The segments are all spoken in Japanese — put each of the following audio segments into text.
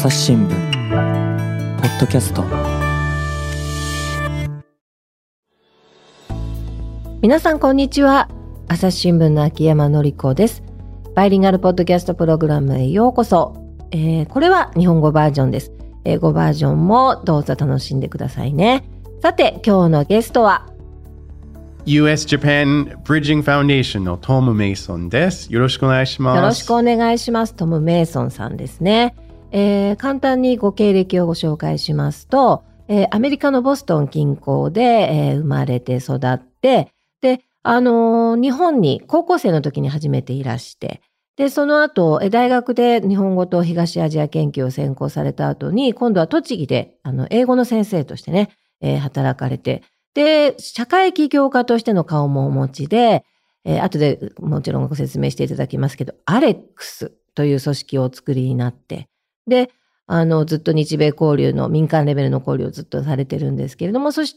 朝日新聞ポッドキャスト。 皆さんこんにちは。朝日新聞の秋山紀子です。バイリンガルポッドキャストプログラムへようこそ。これは日本語バージョンです。英語バージョンもどうぞ楽しんでくださいね。さて今日のゲストは US Japan Bridging Foundation のトム・メイソンです。よろしくお願いします。 よろしくお願いします。トム・メイソンさんですね。簡単にご経歴をご紹介しますと、アメリカのボストン近郊で、生まれて育って、で、日本に高校生の時に初めていらして、で、その後、大学で日本語と東アジア研究を専攻された後に、今度は栃木で、英語の先生としてね、働かれて、で、社会起業家としての顔もお持ちで、後でもちろんご説明していただきますけど、アレックスという組織をお作りになって、で、ずっと日米交流の民間レベルの交流をずっとされてるんですけれども、そして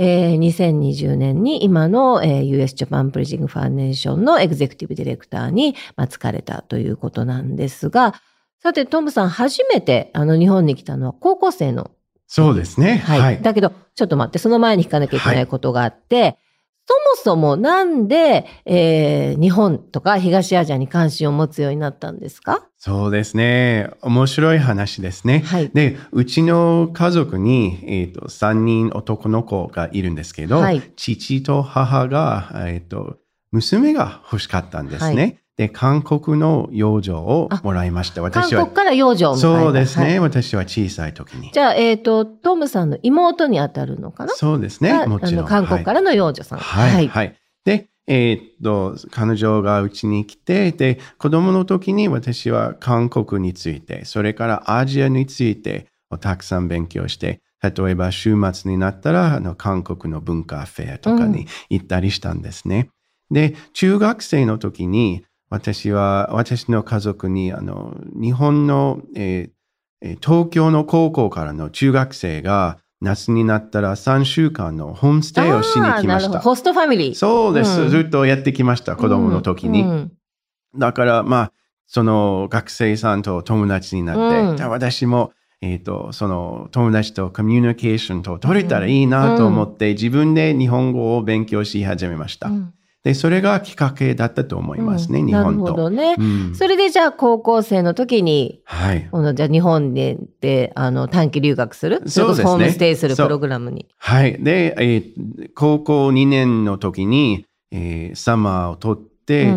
、2020年に今の、US Japan Bridging Foundation のエグゼクティブディレクターに、就かれたということなんですが、さてトムさん初めて日本に来たのは高校生の。 そうですね。 はい。だけど、ちょっと待って、その前に聞かなきゃいけないことがあって、そもそもなんで、日本とか東アジアに関心を持つようになったんですか？ そうですね。面白い話ですね。 はい。 で、うちの家族に、3人男の子がいるんですけど、はい、父と母が、娘が欲しかったんですね。はい、で、韓国の養女をもらいました。 私は韓国から養女を迎えた。 そうですね。はい、私は小さい時に。 じゃあ、トムさんの妹に当たるのかな？ そうですね。もちろん。 韓国からの養女さん。 はい。はい。はい、で、彼女がうちに来て、で、子供の時に私は韓国について、それからアジアについてをたくさん勉強して、例えば週末になったら、韓国の文化フェアとかに行ったりしたんですね。で、中学生の時に、私の家族に、日本の、東京の高校からの中学生が、夏になったら3週間のホームステイをしに来ました。 ホストファミリー。 そうです。ずっとやってきました。子供の時に。だから、その学生さんと友達になって、私も、その友達とコミュニケーションと取れたらいいなと思って、自分で日本語を勉強し始めました。で、それがきっかけだったと思いますね、日本と。 なるほどね。それでじゃあ高校生の時に、はい。じゃあ日本で、短期留学する？そうですね。ホームステイするプログラムに。 はい。で、高校2年の時に、サマーを取って、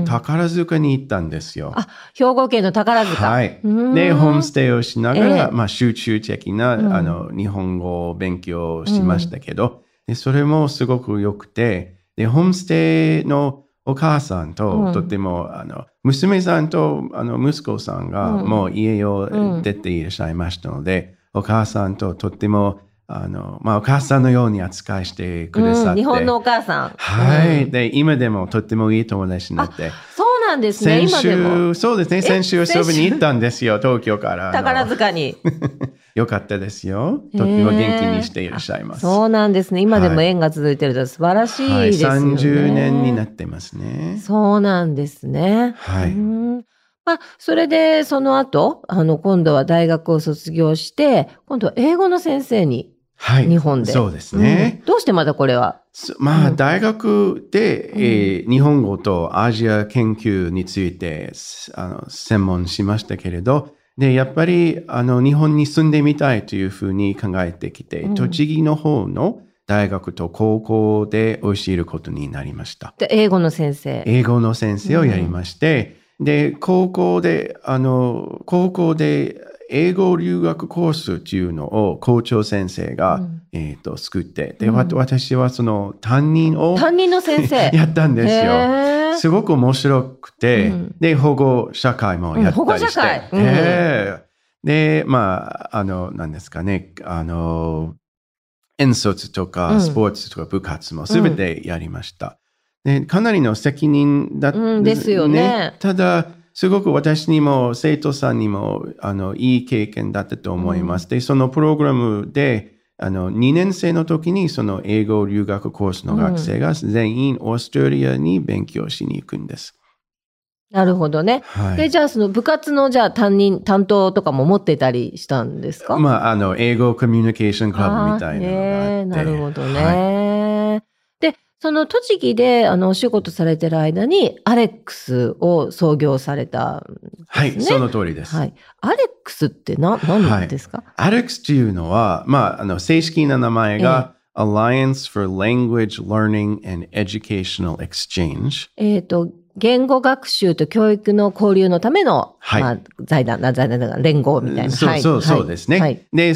宝塚に行ったんですよ。 兵庫県の宝塚。 はい。で、ホームステイをしながら、集中的な、日本語を勉強しましたけど、でそれもすごく良くて、で、ホームステイのお母さんと、とっても、娘さんと、息子さんが、もう家を出ていらっしゃいましたので、お母さんととっても、お母さんのように扱いしてくださって。 日本のお母さん。 はい。で、今でもとってもいい友達になって。 そうなんですね、今でも。 そうですね、先週遊びに行ったんですよ、東京から。 宝塚に。 よかったですよ。とっても元気にしていらっしゃいます。 そうなんですね。今でも縁が続いてると素晴らしいですよね。 30年になってますね。 そうなんですね。 はい。 それでその後、今度は大学を卒業して、今度は英語の先生に、日本で。 そうですね。 どうしてまたこれは？ 大学で、日本語とアジア研究について専門しましたけれど、で、やっぱり、日本に住んでみたいというふうに考えてきて、栃木の方の大学と高校で教えることになりました。 で、英語の先生。 英語の先生をやりまして、で、高校で英語留学コースっていうのを校長先生が、作って、で、私はその担任の先生やったんですよ。すごく面白くて、で、保護社会もやったりして。保護社会。で、何ですかね、遠卒とかスポーツとか部活もすべてやりました。で、かなりの責任だったんですよね。 ただ、すごく私にも生徒さんにもいい経験だったと思います。で、そのプログラムで2年生の時にその英語留学コースの学生が全員オーストラリアに勉強しに行くんです。 なるほどね。 はい。 で、じゃあその部活のじゃあ担当とかも持ってたりしたんですか？ 英語コミュニケーションクラブみたいなのがあって。 なるほどはいね。で、その栃木でお仕事されてる間にアレックスを創業されたんですね。 はい、その通りです。 はい。アレックスって何ですか？ アレックスというのは、正式な名前が、Alliance for Language Learning and Educational Exchange。 言語学習と教育の交流のための、財団連合みたいな。 そうですね。 はい、 で、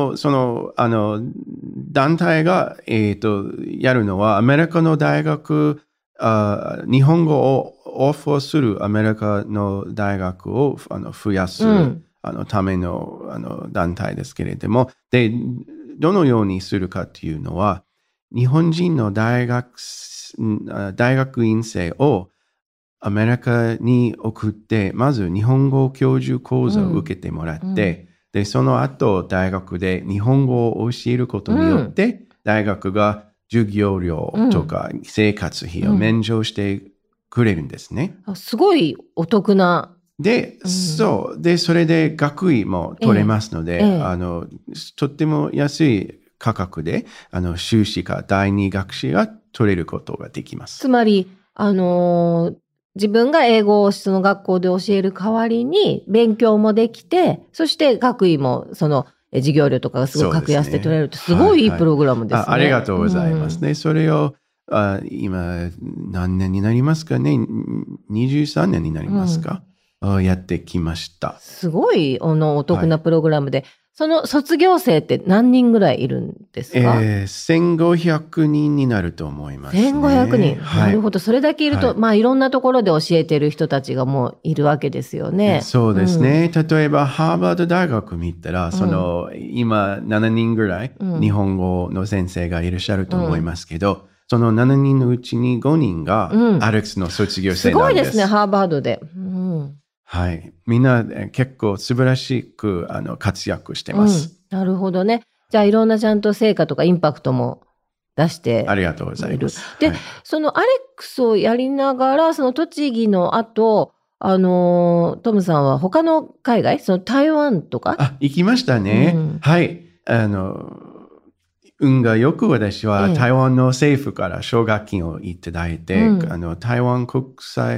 団体が、やるのは、アメリカの大学、日本語をオファーするアメリカの大学を増やす、ための団体ですけれども、で、どのようにするかというのは、日本人の大学院生をアメリカに送って、まず日本語教授講座を受けてもらって、で、その後、大学で日本語を教えることによって、大学が授業料とか生活費を免除してくれるんですね。 すごいお得な。 で、で、それで学位も取れますので、とっても安い価格で、修士か第二学士が取れることができます。 つまり、自分が英語をその学校で教える代わりに勉強もできて、そして学位もその授業料とかがすごい格安で取れるってすごいいいプログラムですね。 ありがとうございますね。それを今何年になりますかね。23年になりますか。やってきました。 すごいお得なプログラムで、その卒業生って何人ぐらいいるんですか ？1500人になると思います、ね。 1500人。なるほど。それだけいると、いろんなところで教えてる人たちがもういるわけですよね。 そうですね。例えば、ハーバード大学見たら、今7人ぐらい日本語の先生がいらっしゃると思いますけど、その7人のうちに5人がアレックスの卒業生なんです。 すごいですね、ハーバードで。 はい。みんな結構素晴らしく活躍してます。 なるほどね。じゃあいろんなちゃんと成果とかインパクトも出してありがとうございます。 で、そのアレックスをやりながら、その栃木の後、トムさんは他の海外、その台湾とか？ 行きましたね。はい。運がよく私は台湾の政府から奨学金をいただいて、台湾国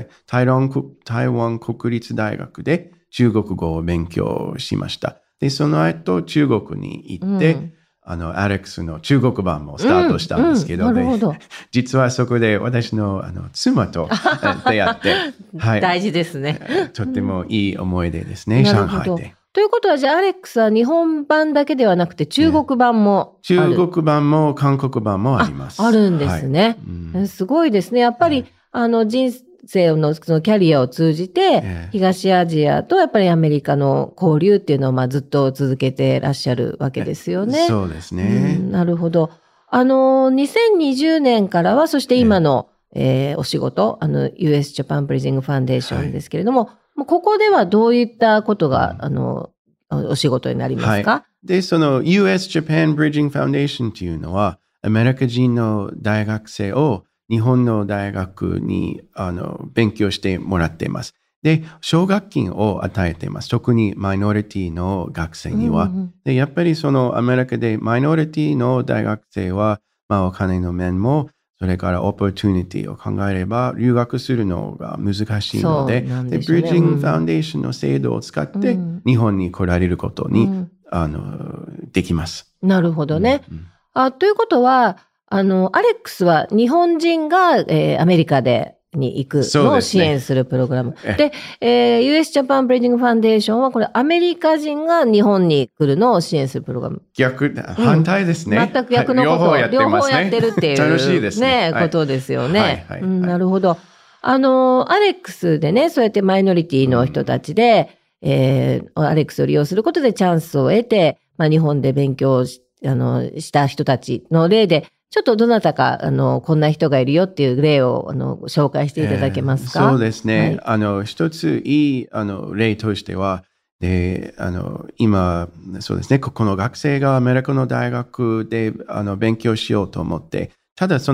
立大学で中国語を勉強しました。で、その後中国に行って、アレックスの中国版もスタートしたんですけど、実はそこで私の妻と出会って、 大事ですね。 とってもいい思い出ですね、上海で。 ということは、じゃあアレックスは日本版だけではなくて中国版もある？ 中国版も韓国版もあります。 あるんですね。すごいですね。やっぱり、人生のそのキャリアを通じて、東アジアとやっぱりアメリカの交流っていうのをずっと続けてらっしゃるわけですよね。 そうですね。 なるほど。2020年からは、そして今の、お仕事、US Japan Bridging Foundation ですけれども、ここではどういったことが、お仕事になりますか？ で、その US Japan Bridging Foundation というのは、アメリカ人の大学生を日本の大学に勉強してもらっています。で、奨学金を与えています。特にマイノリティの学生には。で、やっぱりそのアメリカでマイノリティの大学生は、お金の面も、それからオポチュニティを考えれば留学するのが難しいので、で、ブリッジングファウンデーションの制度を使って日本に来られることに、できます。 なるほどね。ということは、アレックスは日本人が、アメリカに行くのを支援するプログラム。で、US Japan Bridging Foundation はこれアメリカ人が日本に来るのを支援するプログラム。 反対ですね。 全く逆のことを両方やってるっていう、 楽しいですね。 ことですよね。なるほど。アレックスでね、そうやってマイノリティの人たちで、アレックスを利用することでチャンスを得て、日本で勉強した人たちの例で、ちょっとどなたか、こんな人がいるよっていう例を、紹介していただけますか？ そうですね。一ついい、例としては、で、今、そうですね、この学生がアメリカの大学で、勉強しようと思って、ただその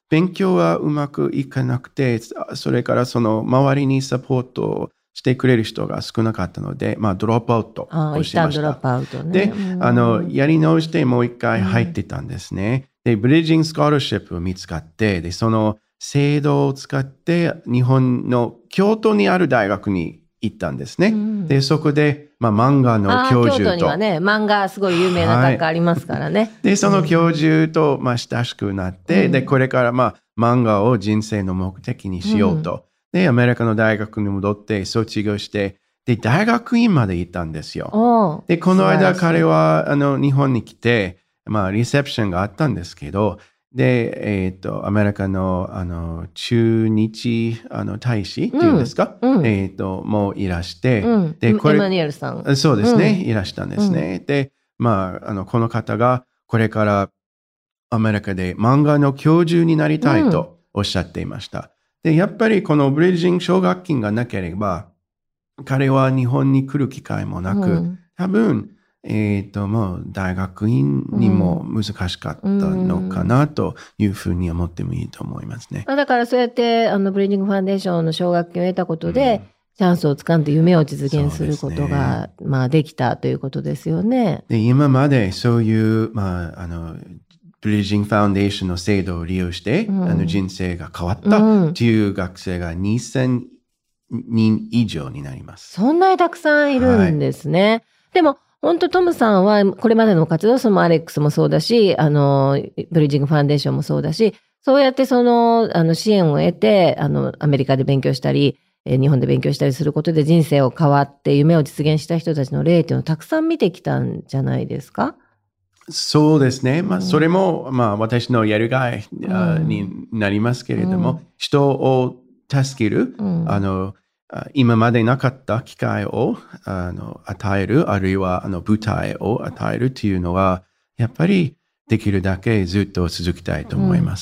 勉強はうまくいかなくて、それからその周りにサポートをしてくれる人が少なかったので、ドロップアウトをしました。 一旦ドロップアウトね。 で、やり直してもう一回入ってたんですね。で、ブリッジングスコラーシップを見つかって、で、その制度を使って日本の京都にある大学に行ったんですね。で、そこで、漫画の教授と。 京都にはね、漫画すごい有名な学科ありますからね。 で、その教授と、親しくなって、で、これから漫画を人生の目的にしようと。で、アメリカの大学に戻って卒業して、で、大学院まで行ったんですよ。で、この間彼は日本に来て、リセプションがあったんですけど、で、アメリカの、駐日、大使っていうんですか、もういらして、 で、エマニュエルさん。 そうですね、いらしたんですね。で、この方がこれからアメリカで漫画の教授になりたいとおっしゃっていました。で、やっぱりこのブリッジング奨学金がなければ、彼は日本に来る機会もなく、多分、もう大学院にも難しかったのかなというふうに思ってもいいと思いますね。 だからそうやってブリッジングファンデーションの奨学金を得たことで、チャンスをつかんで夢を実現することが、できたということですよね。 で、今までそういう、ブリッジングファンデーションの制度を利用して、人生が変わったという学生が2000人以上になります。 そんなにたくさんいるんですね。でも、本当トムさんはこれまでの活動、アレックスもそうだし、ブリッジングファンデーションもそうだし、そうやって支援を得て、アメリカで勉強したり、日本で勉強したりすることで人生を変わって夢を実現した人たちの例っていうのをたくさん見てきたんじゃないですか？ そうですね。それも、私のやるがいになりますけれども、人を助ける、今までなかった機会を与える、あるいは舞台を与えるというのは、やっぱりできるだけずっと続きたいと思います。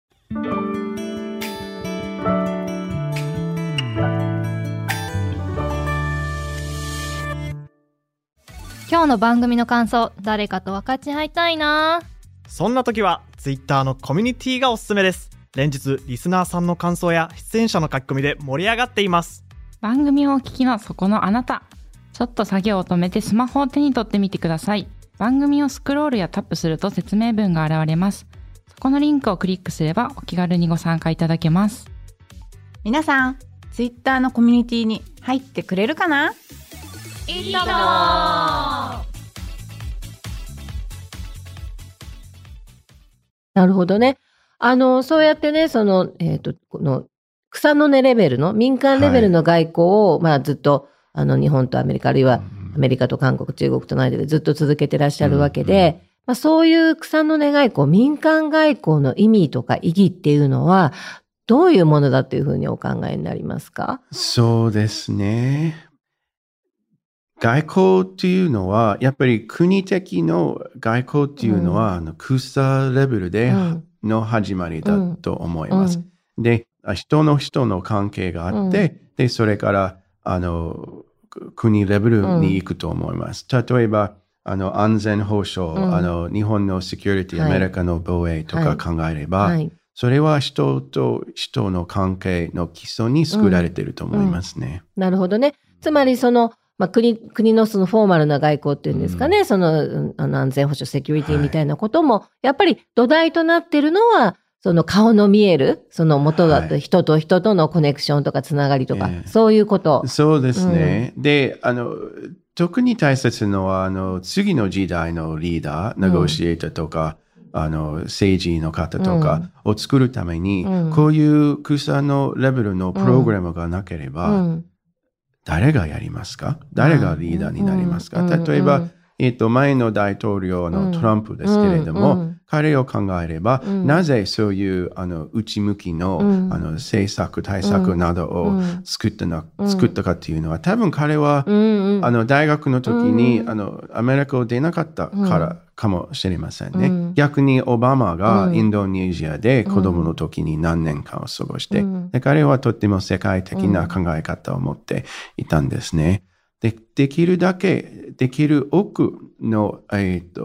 今日の番組の感想、誰かと分かち合いたいな。 そんな時は Twitter のコミュニティがおすすめです。連日リスナーさんの感想や出演者の書き込みで盛り上がっています。 番組をお聞きのそこのあなた、ちょっと作業を止めてスマホを手に取ってみてください。番組をスクロールやタップすると説明文が現れます。そこのリンクをクリックすればお気軽にご参加いただけます。 皆さん、Twitter のコミュニティに入ってくれるかな？ いいとも。 なるほどね。そうやってね、この草の根レベルの民間レベルの外交を、ずっと日本とアメリカ、あるいはアメリカと韓国、中国との間でずっと続けてらっしゃるわけで、そういう草の根外交、民間外交の意味とか意義っていうのはどういうものだというふうにお考えになりますか？ そうですね。外交っていうのは、やっぱり国的の外交っていうのは、草レベルでの始まりだと思います。で、人の関係があって、で、それから国レベルに行くと思います。例えば、安全保障、日本のセキュリティ、アメリカの防衛とか考えれば、それは人と人の関係の基礎に作られていると思いますね。 なるほどね。つまり国のそのフォーマルな外交っていうんですかね、安全保障、セキュリティみたいなことも、やっぱり土台となっているのは、その顔の見える、その元だと人と人とのコネクションとかつながりとか、そういうこと。 そうですね。で、特に大切なのは、次の時代のリーダー、ネゴシエーターとか、政治の方とかを作るために、こういう草のレベルのプログラムがなければ、誰がやりますか？誰がリーダーになりますか？例えば、前の大統領のトランプですけれども、彼を考えれば、なぜそういう内向きの政策、対策などを作ったかっていうのは、多分彼は大学の時にアメリカを出なかったからかもしれませんね。逆にオバマがインドネシアで子供の時に何年間を過ごして、で彼はとっても世界的な考え方を持っていたんですね。できるだけ、できる多くの、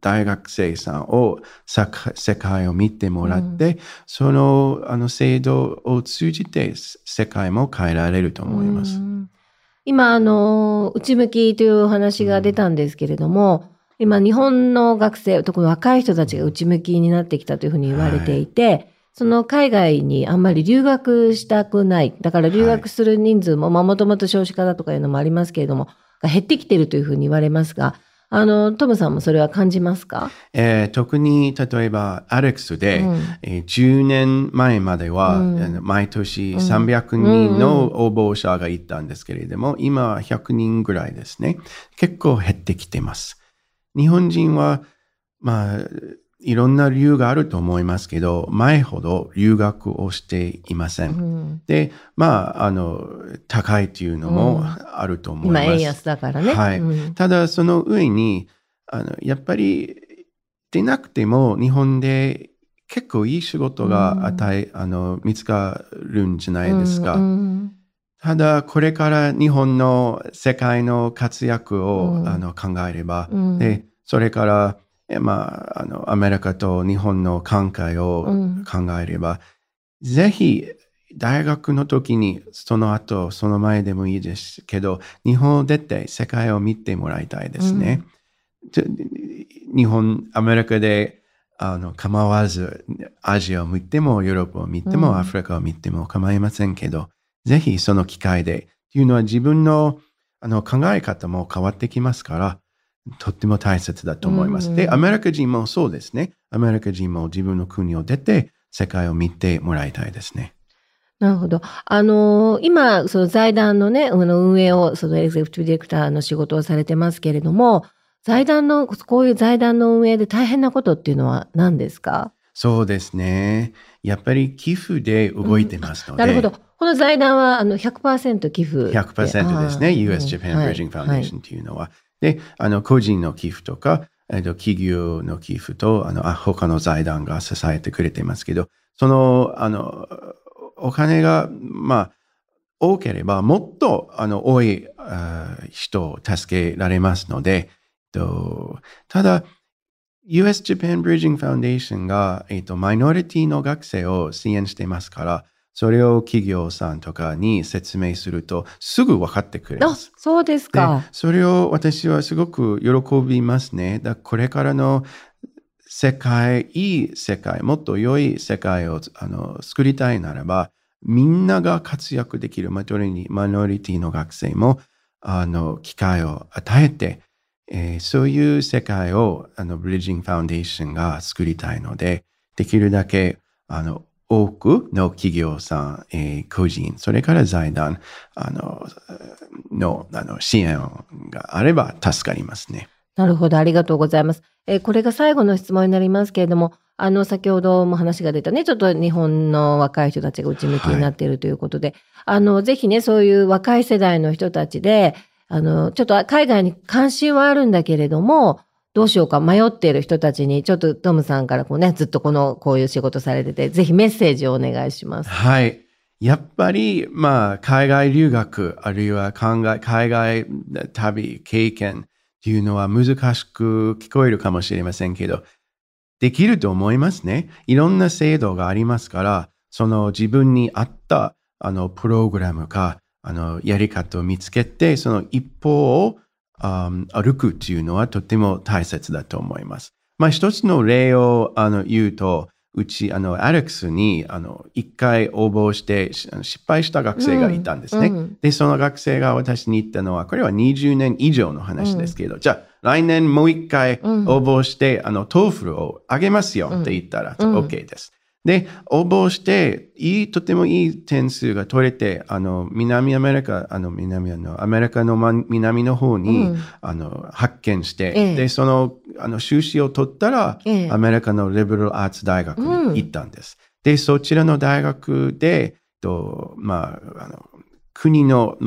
大学生さんを世界を見てもらって、その制度を通じて世界も変えられると思います。 今、内向きというお話が出たんですけれども、今、日本の学生、特に若い人たちが内向きになってきたというふうに言われていて、その海外にあんまり留学したくない。だから留学する人数も、もともと少子化だとかいうのもありますけれども、減ってきているというふうに言われますが、トムさんもそれは感じますか？ 特に例えばアレックスで、10年前までは、毎年300人の応募者がいたんですけれども、今は100人ぐらいですね。結構減ってきています。日本人は、いろんな理由があると思いますけど、前ほど留学をしていません。で、高いというのもあると思います。 今、円安だからね。 はい。ただ、その上に、やっぱり、でなくても、日本で結構いい仕事が見つかるんじゃないですか。ただ、これから日本の世界の活躍を考えれば、で、それから、アメリカと日本の関係を考えれば、ぜひ大学の時にその後、その前でもいいですけど、日本を出て世界を見てもらいたいですね。日本、アメリカで構わず、アジアを見ても、ヨーロッパを見ても、アフリカを見ても構いませんけど、ぜひその機会で、というのは自分の考え方も変わってきますから、とっても大切だと思います。で、アメリカ人もそうですね。アメリカ人も自分の国を出て世界を見てもらいたいですね。 なるほど。今、その財団のね、運営を、そのエグゼクティブディレクターの仕事をされてますけれども、こういう財団の運営で大変なことっていうのは何ですか？ そうですね。やっぱり寄付で動いてますので。 なるほど。この財団は100% 寄付。 100% ですね。US Japan Bridging Foundation というのは。で、個人の寄付とか、企業の寄付と、他の財団が支えてくれていますけど、その、お金が、多ければ、もっと、多い人を助けられますので、ただ、US Japan Bridging Foundation が、マイノリティの学生を支援していますから、それを企業さんとかに説明するとすぐ分かってくれます。 そうですか。 それを私はすごく喜びますね。これからの世界、いい世界、もっと良い世界を作りたいならば、みんなが活躍できるマイノリティの学生も機会を与えて、そういう世界をブリッジングファウンデーションが作りたいので、できるだけ多くの企業さん、個人、それから財団の支援があれば助かりますね。 なるほど、ありがとうございます。これが最後の質問になりますけれども、先ほども話が出たね、ちょっと日本の若い人たちが内向きになっているということで、ぜひね、そういう若い世代の人たちで、ちょっと海外に関心はあるんだけれども、どうしようか迷っている人たちに、ちょっとトムさんからずっとこういう仕事されてて、ぜひメッセージをお願いします。 はい。やっぱり、海外留学、あるいは海外旅、経験っていうのは難しく聞こえるかもしれませんけど、できると思いますね。いろんな制度がありますから、その自分に合ったプログラムか、やり方を見つけて、その一歩を歩くっていうのはとても大切だと思います。一つの例を言うと、アレックスに一回応募して失敗した学生がいたんですね。で、その学生が私に言ったのは、これは20年以上の話ですけど、じゃあ来年もう一回応募して、TOEFL をあげますよって言ったら、OK です。で、応募して、とてもいい点数が取れて、南アメリカ、アメリカの南の方に、発見して、で、その、修士を取ったら、アメリカのリベラルアーツ大学に行ったんです。で、そちらの大学で、国の、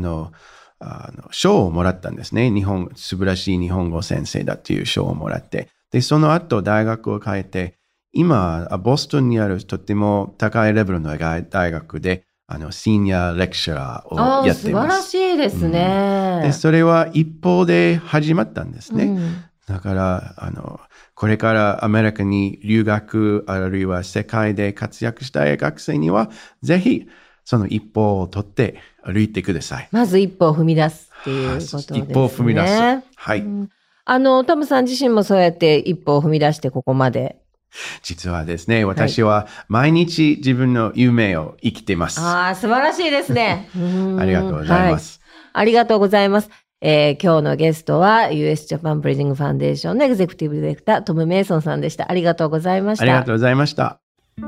賞をもらったんですね。素晴らしい日本語先生だという賞をもらって。で、その後、大学を変えて、今、ボストンにあるとても高いレベルの大学で、シニアレクチャーをやっています。 素晴らしいですね。 で、それは一方で始まったんですね。 だからこれからアメリカに留学あるいは世界で活躍したい学生にはぜひその一歩を取って歩いてください。 まず一歩を踏み出すっていうことですね。 一歩を踏み出す。はい。 トムさん自身もそうやって一歩を踏み出してここまで。 実はですね、私は毎日自分の夢を生きています。 素晴らしいですね。 ありがとうございます。 ありがとうございます。今日のゲストは US ジャパンブリーディングファンデーションのエグゼクティブディレクタートム・メイソンさんでした。ありがとうございました。 ありがとうございました。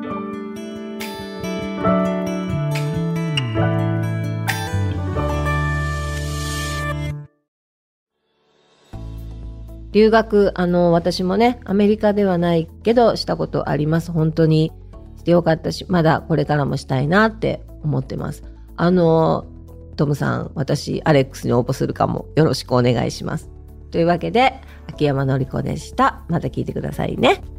留学、私もね、アメリカではないけど、したことあります。本当にしてよかったし、まだこれからもしたいなって思ってます。トムさん、私、アレックスに応募するかもよろしくお願いします。というわけで、秋山紀子でした。また聞いてくださいね。